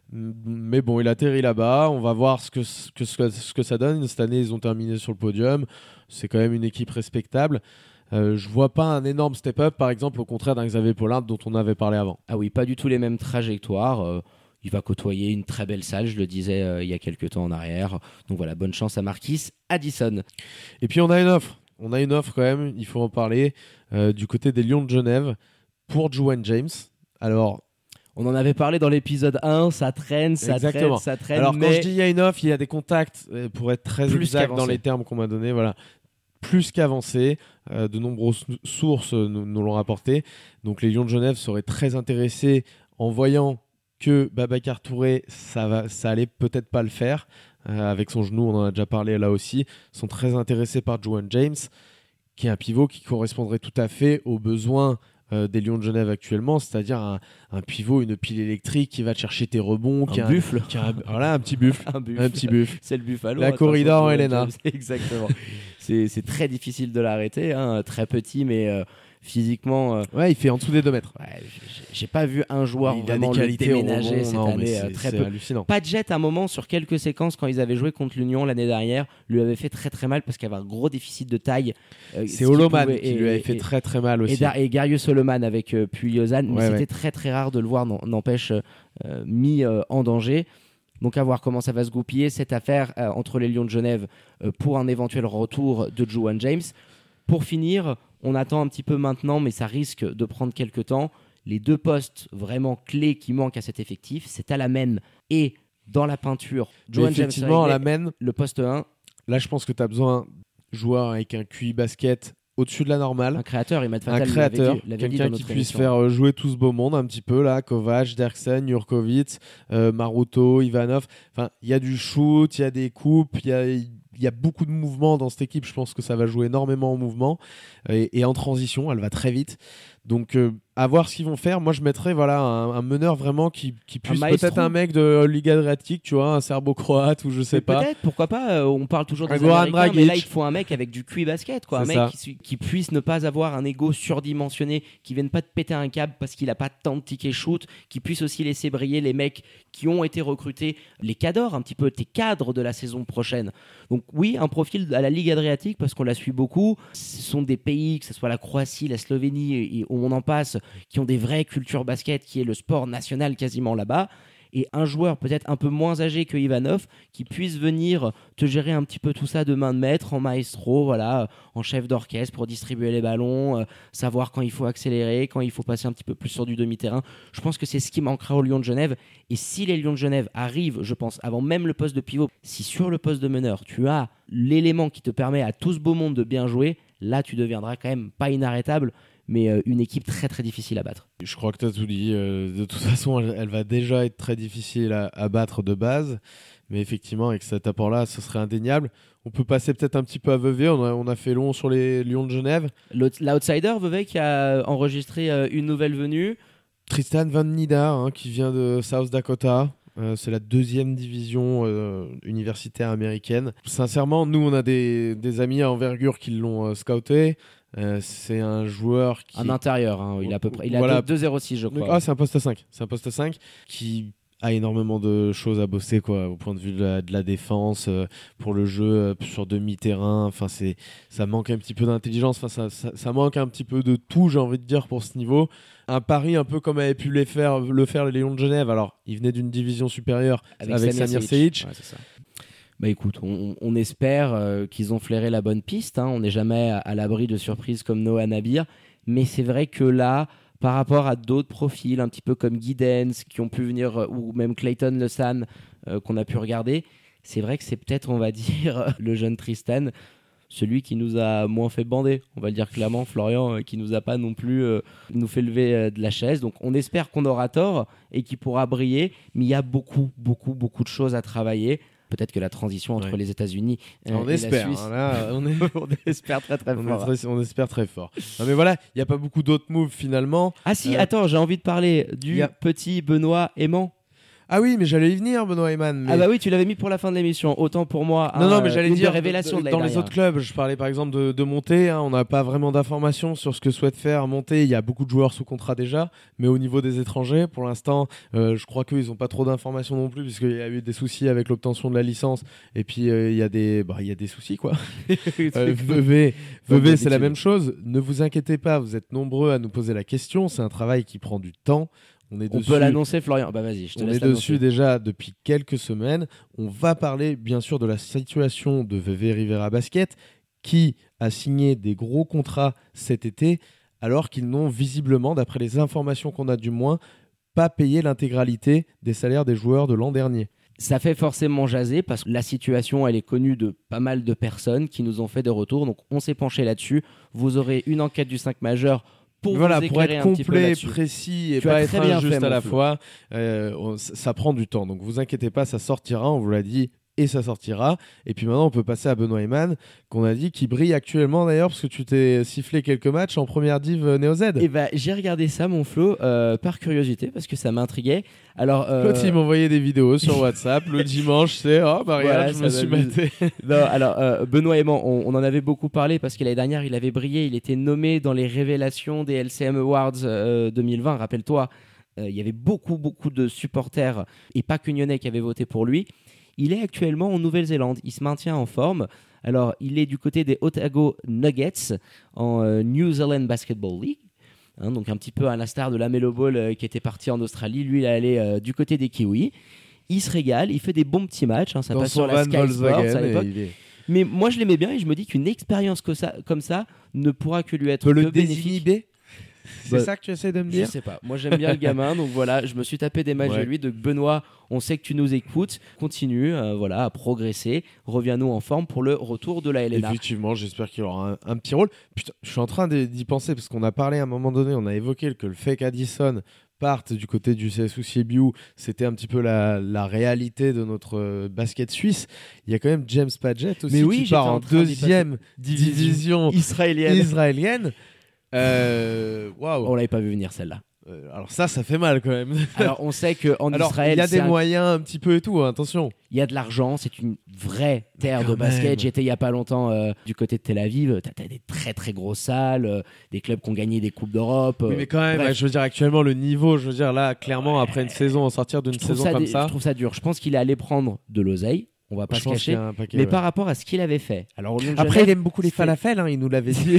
Mais bon, il atterrit là-bas. On va voir ce que, ce que, ce que ça donne. Cette année, ils ont terminé sur le podium. C'est quand même une équipe respectable. Euh, je vois pas un énorme step-up, par exemple, au contraire d'un Xavier Pollard dont on avait parlé avant. Ah oui, pas du tout les mêmes trajectoires. Euh, il va côtoyer une très belle salle, je le disais euh, il y a quelques temps en arrière. Donc voilà, bonne chance à Marquis Addison. Et puis on a une offre. On a une offre quand même, il faut en parler, euh, du côté des Lions de Genève pour Juwan James. Alors, On en avait parlé dans l'épisode un, ça traîne, ça Exactement. traîne, ça traîne. Alors mais quand je dis il y a une offre, il y a des contacts, euh, pour être très Plus exact qu'avancé. dans les termes qu'on m'a donnés, voilà, plus qu'avancé. Euh, de nombreuses sources euh, nous, nous l'ont rapporté. Donc les Lions de Genève seraient très intéressés en voyant que Babacar Touré, ça, va, ça allait peut-être pas le faire. Euh, avec son genou, on en a déjà parlé là aussi. Sont très intéressés par Juwan James, qui est un pivot qui correspondrait tout à fait aux besoins euh, des Lions de Genève actuellement, c'est-à-dire un, un pivot, une pile électrique qui va te chercher tes rebonds, qui un a buffle. qui a un- voilà, un petit buffle, Un buffle. un petit buffle. C'est le Buffalo. La attention, corrida en Juwan L N A. James. Exactement. c'est, c'est très difficile de l'arrêter. Hein. Très petit, mais euh, physiquement, euh, Ouais, il fait en dessous des deux mètres. ouais, j'ai, j'ai pas vu un joueur Il a vraiment des le qualités au déménager rebond, cette non, mais année. c'est, euh, très c'est peu. hallucinant. Pas de jet à un moment sur quelques séquences quand ils avaient joué contre l'Union l'année dernière, lui avait fait très très mal parce qu'il y avait un gros déficit de taille. euh, ce C'est qui Holoman pouvait- qui et- lui avait et- fait très très mal Et, aussi. Dar- et Garius Holoman avec euh, Puy-Lausanne, mais Ouais, c'était ouais. très très rare de le voir, n'en- n'empêche, euh, mis euh, en danger. Donc à voir comment ça va se goupiller cette affaire euh, entre les Lions de Genève euh, pour un éventuel retour de Juwan James. Pour finir, on attend un petit peu maintenant, mais ça risque de prendre quelques temps. Les deux postes vraiment clés qui manquent à cet effectif, c'est à la main et dans la peinture. Mais Juwan James effectivement, à la réglé, main, le poste un, là je pense que tu as besoin de joueurs avec un Q I basket au-dessus de la normale. un créateur, Imad Un Fatal créateur, l'avait dit- l'avait dit quelqu'un dans qui notre puisse émission. faire euh, jouer tout ce beau monde un petit peu là, Kovac, Derksen, Jurkovic, euh, Maruto, Ivanov. Enfin, il y a du shoot, il y a des coupes, il y a, il y a beaucoup de mouvements dans cette équipe. Je pense que ça va jouer énormément en mouvement et, et en transition, elle va très vite. Donc euh, à voir ce qu'ils vont faire. Moi je mettrais voilà un, un meneur vraiment qui, qui puisse maestro. peut-être un mec de Ligue Adriatique, tu vois, un serbo-croate ou je sais Mais pas. peut-être, pourquoi pas, euh, on parle toujours des Un Goran Américains, mais Dragic. là il faut un mec avec du Q I basket, quoi. Un C'est mec ça. qui, qui puisse ne pas avoir un ego surdimensionné, qui vienne pas te péter un câble parce qu'il a pas tant de tickets shoot, qui puisse aussi laisser briller les mecs qui ont été recrutés, les cadors un petit peu, tes cadres de la saison prochaine. Donc oui, un profil à la Ligue Adriatique parce qu'on la suit beaucoup. Ce sont des pays, que ce soit la Croatie, la Slovénie et, et on en passe, qui ont des vraies cultures basket, qui est le sport national quasiment là-bas. et un joueur peut-être un peu moins âgé que Ivanov qui puisse venir te gérer un petit peu tout ça de main de maître en maestro, voilà, en chef d'orchestre pour distribuer les ballons, euh, savoir quand il faut accélérer, quand il faut passer un petit peu plus sur du demi-terrain. Je pense que c'est ce qui manquera aux Lions de Genève. Et si les Lions de Genève arrivent, je pense, avant même le poste de pivot, si sur le poste de meneur, tu as l'élément qui te permet à tout ce beau monde de bien jouer, là, tu deviendras quand même pas inarrêtable, mais euh, une équipe très très difficile à battre. Je crois que tu as tout dit. Euh, de toute façon, elle, elle va déjà être très difficile à, à battre de base. Mais effectivement, avec cet apport-là, ce serait indéniable. On peut passer peut-être un petit peu à Vevey. On a, on a fait long sur les Lions de Genève. L'out- L'outsider, Vevey, qui a enregistré euh, une nouvelle venue. Tristan Van Nida, hein, qui vient de South Dakota. Euh, c'est la deuxième division euh, universitaire américaine. Sincèrement, nous, on a des, des amis à envergure qui l'ont euh, scouté. Euh, c'est un joueur qui... Un intérieur, hein, il a à peu près il a Voilà. deux zéro six, je crois. Donc, ah, c'est un poste cinq. C'est un poste cinq qui a énormément de choses à bosser, quoi, au point de vue de la, de la défense, euh, pour le jeu euh, sur demi-terrain. Enfin, c'est, ça manque un petit peu d'intelligence. Enfin, ça, ça, ça manque un petit peu de tout, j'ai envie de dire, pour ce niveau. Un pari un peu comme avaient pu les faire, le faire les Lions de Genève. Alors, ils venaient d'une division supérieure avec, avec Samir Seyic. Ouais, c'est ça. Bah écoute, on, on espère euh, qu'ils ont flairé la bonne piste. Hein. On n'est jamais à, à l'abri de surprises comme Noah Nabir. Mais c'est vrai que là, par rapport à d'autres profils, un petit peu comme Giddens, qui ont pu venir, euh, ou même Clayton Lesan, euh, qu'on a pu regarder, c'est vrai que c'est peut-être, on va dire, le jeune Tristan, celui qui nous a moins fait bander. On va le dire clairement, Florian, euh, qui nous a pas non plus euh, nous fait lever euh, de la chaise. Donc on espère qu'on aura tort et qu'il pourra briller. Mais il y a beaucoup, beaucoup, beaucoup de choses à travailler. Peut-être que la transition entre ouais. les États-Unis euh, on et espère, la Suisse, hein, là, on, est... on espère très très on fort. Est très, on espère très fort. Non mais voilà, il n'y a pas beaucoup d'autres moves finalement. Ah si, euh... attends, j'ai envie de parler du a... petit Benoît Aimant. Ah oui, mais j'allais y venir, Benoît Eman. Mais... Ah bah oui, tu l'avais mis pour la fin de l'émission. Autant pour moi, non, un, non, mais j'allais une dire révélation de, de, dans les autres clubs. Je parlais par exemple de, de Monté. Hein, on n'a pas vraiment d'informations sur ce que souhaite faire Monté. Il y a beaucoup de joueurs sous contrat déjà, mais au niveau des étrangers, pour l'instant, euh, je crois qu'ils n'ont pas trop d'informations non plus, puisqu'il y a eu des soucis avec l'obtention de la licence. Et puis euh, il y a des, bah, il y a des soucis quoi. euh, Vevey, Vevey, c'est la même chose. Ne vous inquiétez pas, vous êtes nombreux à nous poser la question. C'est un travail qui prend du temps. On, est on dessus. peut l'annoncer, Florian. Bah vas-y, je te on laisse est l'annoncer. dessus déjà depuis quelques semaines. On va parler bien sûr de la situation de Vevey Rivera Basket qui a signé des gros contrats cet été alors qu'ils n'ont visiblement, d'après les informations qu'on a du moins, pas payé l'intégralité des salaires des joueurs de l'an dernier. Ça fait forcément jaser parce que la situation elle est connue de pas mal de personnes qui nous ont fait des retours. Donc on s'est penché là-dessus. Vous aurez une enquête du cinq majeur pour voilà, vous pour être complet, précis et tu pas être injuste fait, à la flou. fois, euh, on, ça prend du temps. Donc vous inquiétez pas, ça sortira, on vous l'a dit, et ça sortira. Et puis maintenant, on peut passer à Benoît Eman, qu'on a dit, qui brille actuellement d'ailleurs, parce que tu t'es sifflé quelques matchs en première div Néo Z. Et bah, j'ai regardé ça, mon Flo, euh, par curiosité, parce que ça m'intriguait. Alors, euh... L'autre, il m'envoyait des vidéos sur WhatsApp. Le dimanche, c'est oh, bah, regarde, voilà, je me suis maté. Non, alors, euh, Benoît Eman, on, on en avait beaucoup parlé, parce que l'année dernière, il avait brillé. Il était nommé dans les révélations des L C M Awards euh, deux mille vingt, rappelle-toi. Il euh, y avait beaucoup, beaucoup de supporters, et pas que Nyonnais, qui avaient voté pour lui. Il est actuellement en Nouvelle-Zélande. Il se maintient en forme. Alors, il est du côté des Otago Nuggets en euh, New Zealand Basketball League. Hein, donc, un petit peu à l'instar de la Melo Ball euh, qui était parti en Australie. Lui, il est allé euh, du côté des Kiwis. Il se régale. Il fait des bons petits matchs. Hein, ça Dans passe sur la Sky Sports à l'époque. Est... Mais moi, je l'aimais bien et je me dis qu'une expérience que ça, comme ça ne pourra que lui être Peut que le bénéfique. Désinhiber. C'est bah, ça que tu essaies de me dire ? Je sais pas. Moi, j'aime bien le gamin, donc voilà, je me suis tapé des matchs ouais. de lui. Donc Benoît, on sait que tu nous écoutes. Continue, euh, voilà, à progresser. Reviens-nous en forme pour le retour de la L N A. Effectivement, j'espère qu'il aura un, un petit rôle. Putain, je suis en train d'y penser parce qu'on a parlé à un moment donné, on a évoqué que le fake Addison parte du côté du C S U Sibiu, c'était un petit peu la, la réalité de notre euh, basket suisse. Il y a quand même James Padgett aussi oui, qui part en, en deuxième division israélienne. israélienne. Euh, waouh. On l'avait pas vu venir celle-là. Euh, alors ça, ça fait mal quand même. Alors on sait qu'en Israël, il y a des un... moyens un petit peu et tout, hein, attention. Il y a de l'argent, c'est une vraie terre de basket. Même. J'étais il y a pas longtemps euh, du côté de Tel Aviv. T'as, t'as des très très grosses salles, euh, des clubs qui ont gagné des coupes d'Europe. Euh, oui, mais quand même, ouais, je veux dire actuellement le niveau, je veux dire là, clairement ouais. après une saison, en sortir d'une saison ça comme dé- ça, je trouve ça dur. Je pense qu'il est allé prendre de l'oseille. on va pas Je se pense qu'il cacher. y a un paquet, Mais ouais. par rapport à ce qu'il avait fait. Alors, au Lyon de Après, Genève, il aime beaucoup les c'est- falafels, hein, il nous l'avait dit.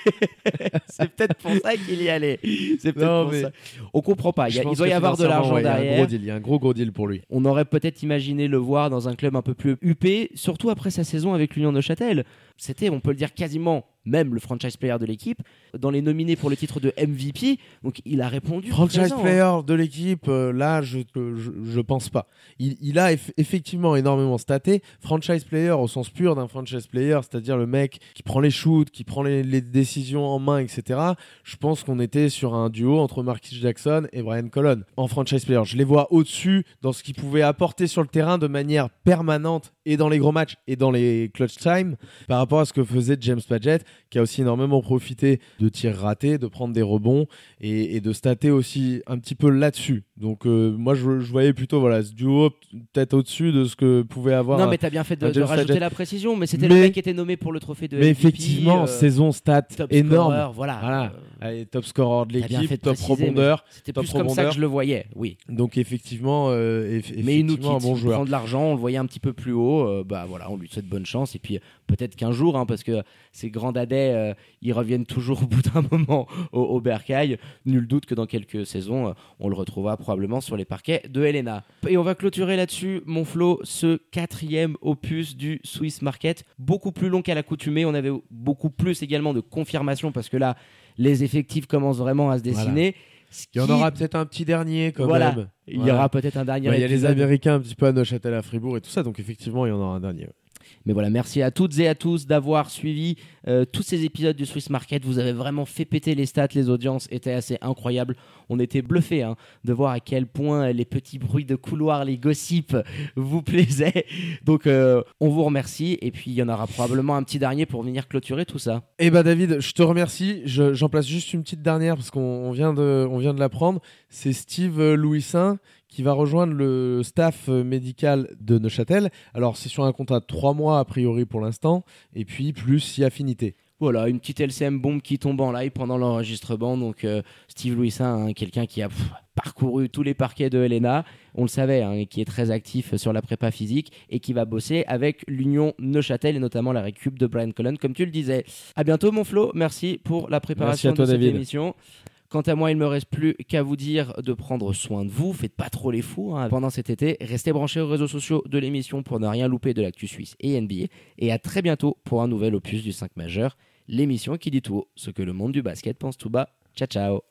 c'est peut-être pour ça qu'il y allait. C'est peut-être Non, pour mais- ça. On comprend pas. Il, y a- Je pense il doit y que avoir de l'argent financièrement, ouais, Il y a un derrière. gros deal, il y a un gros gros deal pour lui. On aurait peut-être imaginé le voir dans un club un peu plus huppé, surtout après sa saison avec l'Union de Châtel. C'était, on peut le dire quasiment, même le franchise player de l'équipe, dans les nominés pour le titre de M V P. Donc il a répondu. Franchise présent, hein. player de l'équipe, euh, là, je, je je pense pas. Il, il a eff- effectivement énormément staté. Franchise player au sens pur d'un franchise player, c'est-à-dire le mec qui prend les shoots, qui prend les, les décisions en main, et cetera. Je pense qu'on était sur un duo entre Marquis Jackson et Brian Colon en franchise player. Je les vois au-dessus dans ce qu'ils pouvaient apporter sur le terrain de manière permanente et dans les gros matchs et dans les clutch time par rapport à ce que faisait James Padgett, qui a aussi énormément profité de tirs ratés, de prendre des rebonds et, et de stater aussi un petit peu là-dessus. Donc euh, moi je, je voyais plutôt voilà, ce duo peut-être au-dessus de ce que pouvait avoir Non, un- mais t'as bien fait de, un de James rajouter Padgett. la précision. Mais c'était Mais- le mec qui était nommé pour le trophée de mais M V P, effectivement euh, saison stat top énorme. scorer, voilà. Voilà. Euh, Allez, top scorer de t'as bien fait l'équipe, de top préciser, mais rebondeur. C'était top plus comme ça rebondeur. que je le voyais. Oui. Donc effectivement, euh, eff- Mais il nous effectivement quitte, un bon il joueur. prend de l'argent, on le voyait un petit peu plus haut, euh, bah voilà, on lui souhaite bonne chance et puis euh, peut-être qu'un jour, hein, parce que ces grands dadais, euh, ils reviennent toujours au bout d'un moment au, au Bercail. Nul doute que dans quelques saisons, euh, on le retrouvera probablement sur les parquets de Helena. Et on va clôturer là-dessus, mon Flo, ce quatrième opus du Swiss Market, beaucoup plus long qu'à l'accoutumée. On avait beaucoup plus également de confirmations parce que là, les effectifs commencent vraiment à se dessiner. Ce Il y en qui- aura peut-être un petit dernier quand Voilà. même. Il y Voilà. aura peut-être un dernier Ouais, il y a les épisode. Américains un petit peu à Neuchâtel, à Fribourg et tout ça, donc effectivement il y en aura un dernier. ouais. Mais voilà, merci à toutes et à tous d'avoir suivi euh, tous ces épisodes du Swiss Market. Vous avez vraiment fait péter les stats, les audiences étaient assez incroyables. On était bluffés hein, de voir à quel point les petits bruits de couloir, les gossips vous plaisaient. Donc euh, on vous remercie et puis il y en aura probablement un petit dernier pour venir clôturer tout ça. Eh ben David, je te remercie. Je- j'en place juste une petite dernière parce qu'on on vient de, on vient de l'apprendre. C'est Steve euh, Louisin qui va rejoindre le staff euh, médical de Neuchâtel. Alors c'est sur un contrat de trois mois a priori pour l'instant, et puis plus si affinité. Voilà, une petite L C M bombe qui tombe en live pendant l'enregistrement. Donc euh, Steve Louisin, hein, quelqu'un qui a pff, parcouru tous les parquets de Helena, on le savait, hein, et qui est très actif sur la prépa physique et qui va bosser avec l'Union Neuchâtel et notamment la récup de Brian Cullen, comme tu le disais. À bientôt mon Flo, merci pour la préparation Merci à toi, de cette David. émission. Quant à moi, il ne me reste plus qu'à vous dire de prendre soin de vous. Faites pas trop les fous hein, pendant cet été. Restez branchés aux réseaux sociaux de l'émission pour ne rien louper de l'actu suisse et N B A. Et à très bientôt pour un nouvel opus du cinq majeur, l'émission qui dit tout haut ce que le monde du basket pense tout bas. Ciao, ciao.